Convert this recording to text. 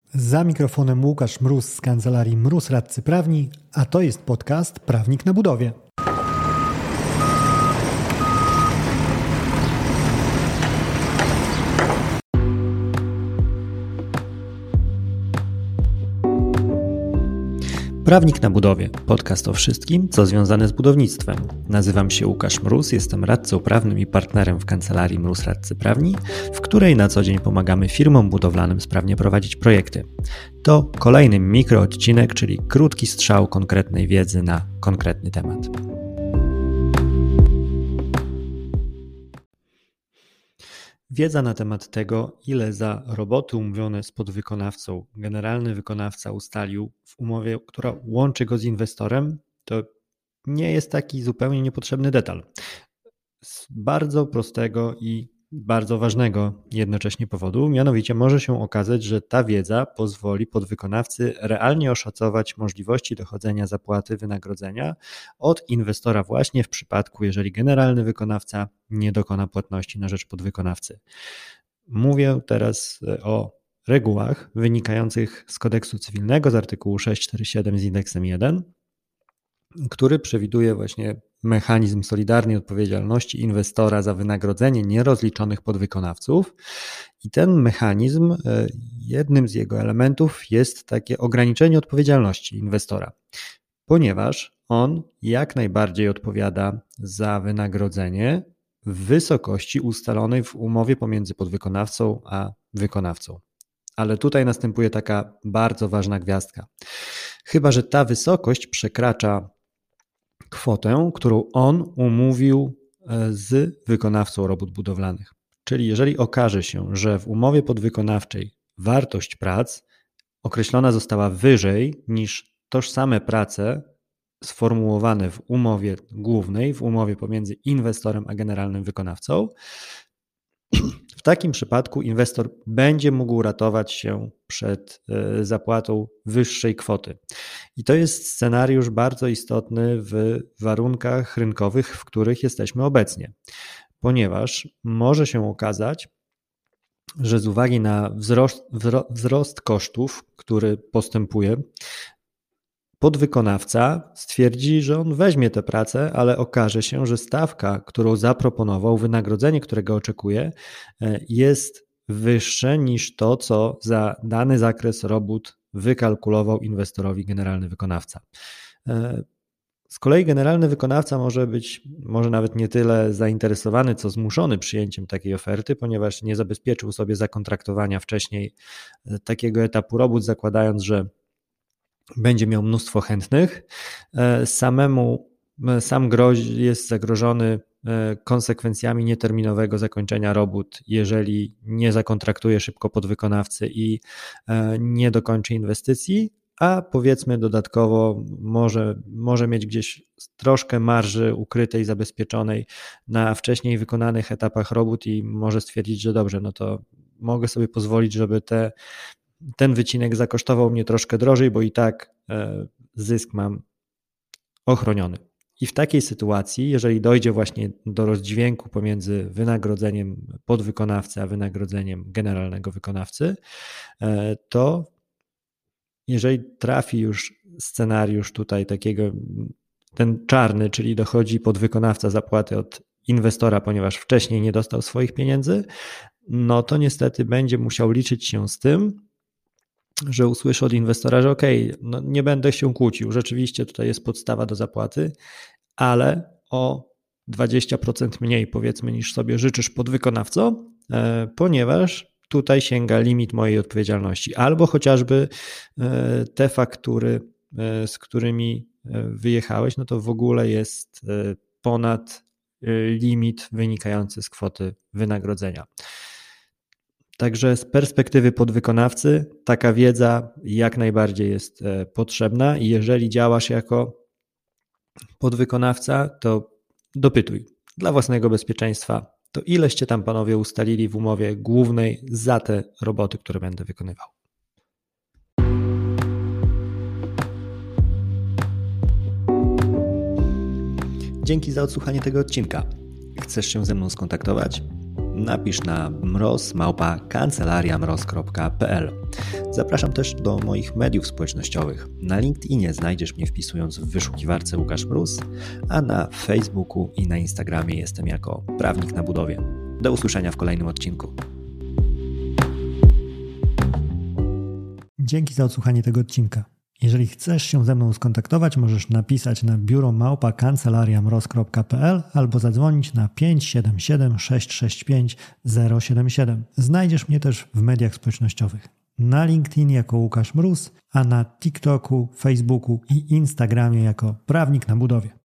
Za mikrofonem Łukasz Mróz z kancelarii Mróz Radcy Prawni, a to jest podcast Prawnik na budowie. Prawnik na budowie, podcast o wszystkim, co związane z budownictwem. Nazywam się Łukasz Mróz, jestem radcą prawnym i partnerem w kancelarii Mróz Radcy Prawni, w której na co dzień pomagamy firmom budowlanym sprawnie prowadzić projekty. To kolejny mikroodcinek, czyli krótki strzał konkretnej wiedzy na konkretny temat. Wiedza na temat tego, ile za roboty umówione z podwykonawcą generalny wykonawca ustalił w umowie, która łączy go z inwestorem, to nie jest taki zupełnie niepotrzebny detal. Z bardzo prostego i bardzo ważnego jednocześnie powodu, mianowicie może się okazać, że ta wiedza pozwoli podwykonawcy realnie oszacować możliwości dochodzenia zapłaty wynagrodzenia od inwestora właśnie w przypadku, jeżeli generalny wykonawca nie dokona płatności na rzecz podwykonawcy. Mówię teraz o regułach wynikających z kodeksu cywilnego z artykułu 647 z indeksem 1, który przewiduje właśnie mechanizm solidarnej odpowiedzialności inwestora za wynagrodzenie nierozliczonych podwykonawców i ten mechanizm, jednym z jego elementów jest takie ograniczenie odpowiedzialności inwestora, ponieważ on jak najbardziej odpowiada za wynagrodzenie w wysokości ustalonej w umowie pomiędzy podwykonawcą a wykonawcą. Ale tutaj następuje taka bardzo ważna gwiazdka. Chyba że ta wysokość przekracza kwotę, którą on umówił z wykonawcą robót budowlanych. Czyli jeżeli okaże się, że w umowie podwykonawczej wartość prac określona została wyżej niż tożsame prace sformułowane w umowie głównej, w umowie pomiędzy inwestorem a generalnym wykonawcą, w takim przypadku inwestor będzie mógł ratować się przed zapłatą wyższej kwoty. I to jest scenariusz bardzo istotny w warunkach rynkowych, w których jesteśmy obecnie, ponieważ może się okazać, że z uwagi na wzrost kosztów, który postępuje, podwykonawca stwierdzi, że on weźmie tę pracę, ale okaże się, że stawka, którą zaproponował, wynagrodzenie, którego oczekuje, jest wyższe niż to, co za dany zakres robót wykalkulował inwestorowi generalny wykonawca. Z kolei generalny wykonawca może nawet nie tyle zainteresowany, co zmuszony przyjęciem takiej oferty, ponieważ nie zabezpieczył sobie zakontraktowania wcześniej takiego etapu robót, zakładając, że będzie miał mnóstwo chętnych. Sam jest zagrożony konsekwencjami nieterminowego zakończenia robót, jeżeli nie zakontraktuje szybko podwykonawcy i nie dokończy inwestycji, a powiedzmy dodatkowo może mieć gdzieś troszkę marży ukrytej, zabezpieczonej na wcześniej wykonanych etapach robót i może stwierdzić, że dobrze, no to mogę sobie pozwolić, żeby ten wycinek zakosztował mnie troszkę drożej, bo i tak zysk mam ochroniony. I w takiej sytuacji, jeżeli dojdzie właśnie do rozdźwięku pomiędzy wynagrodzeniem podwykonawcy a wynagrodzeniem generalnego wykonawcy, to jeżeli trafi już scenariusz tutaj takiego, ten czarny, czyli dochodzi podwykonawca zapłaty od inwestora, ponieważ wcześniej nie dostał swoich pieniędzy, no to niestety będzie musiał liczyć się z tym, że usłyszę od inwestora, że no nie będę się kłócił, rzeczywiście tutaj jest podstawa do zapłaty, ale o 20% mniej powiedzmy niż sobie życzysz podwykonawco, ponieważ tutaj sięga limit mojej odpowiedzialności. Albo chociażby te faktury, z którymi wyjechałeś, no to w ogóle jest ponad limit wynikający z kwoty wynagrodzenia. Także z perspektywy podwykonawcy taka wiedza jak najbardziej jest potrzebna i jeżeli działasz jako podwykonawca, to dopytuj dla własnego bezpieczeństwa, to ileście tam panowie ustalili w umowie głównej za te roboty, które będę wykonywał. Dzięki za odsłuchanie tego odcinka. Chcesz się ze mną skontaktować? Napisz na mroz@kancelariamroz.pl. Zapraszam też do moich mediów społecznościowych. Na LinkedInie znajdziesz mnie wpisując w wyszukiwarce Łukasz Mróz, a na Facebooku i na Instagramie jestem jako Prawnik na Budowie. Do usłyszenia w kolejnym odcinku. Dzięki za odsłuchanie tego odcinka. Jeżeli chcesz się ze mną skontaktować, możesz napisać na biuro@kancelariamroz.pl albo zadzwonić na 577 665 077. Znajdziesz mnie też w mediach społecznościowych. Na LinkedIn jako Łukasz Mróz, a na TikToku, Facebooku i Instagramie jako Prawnik na Budowie.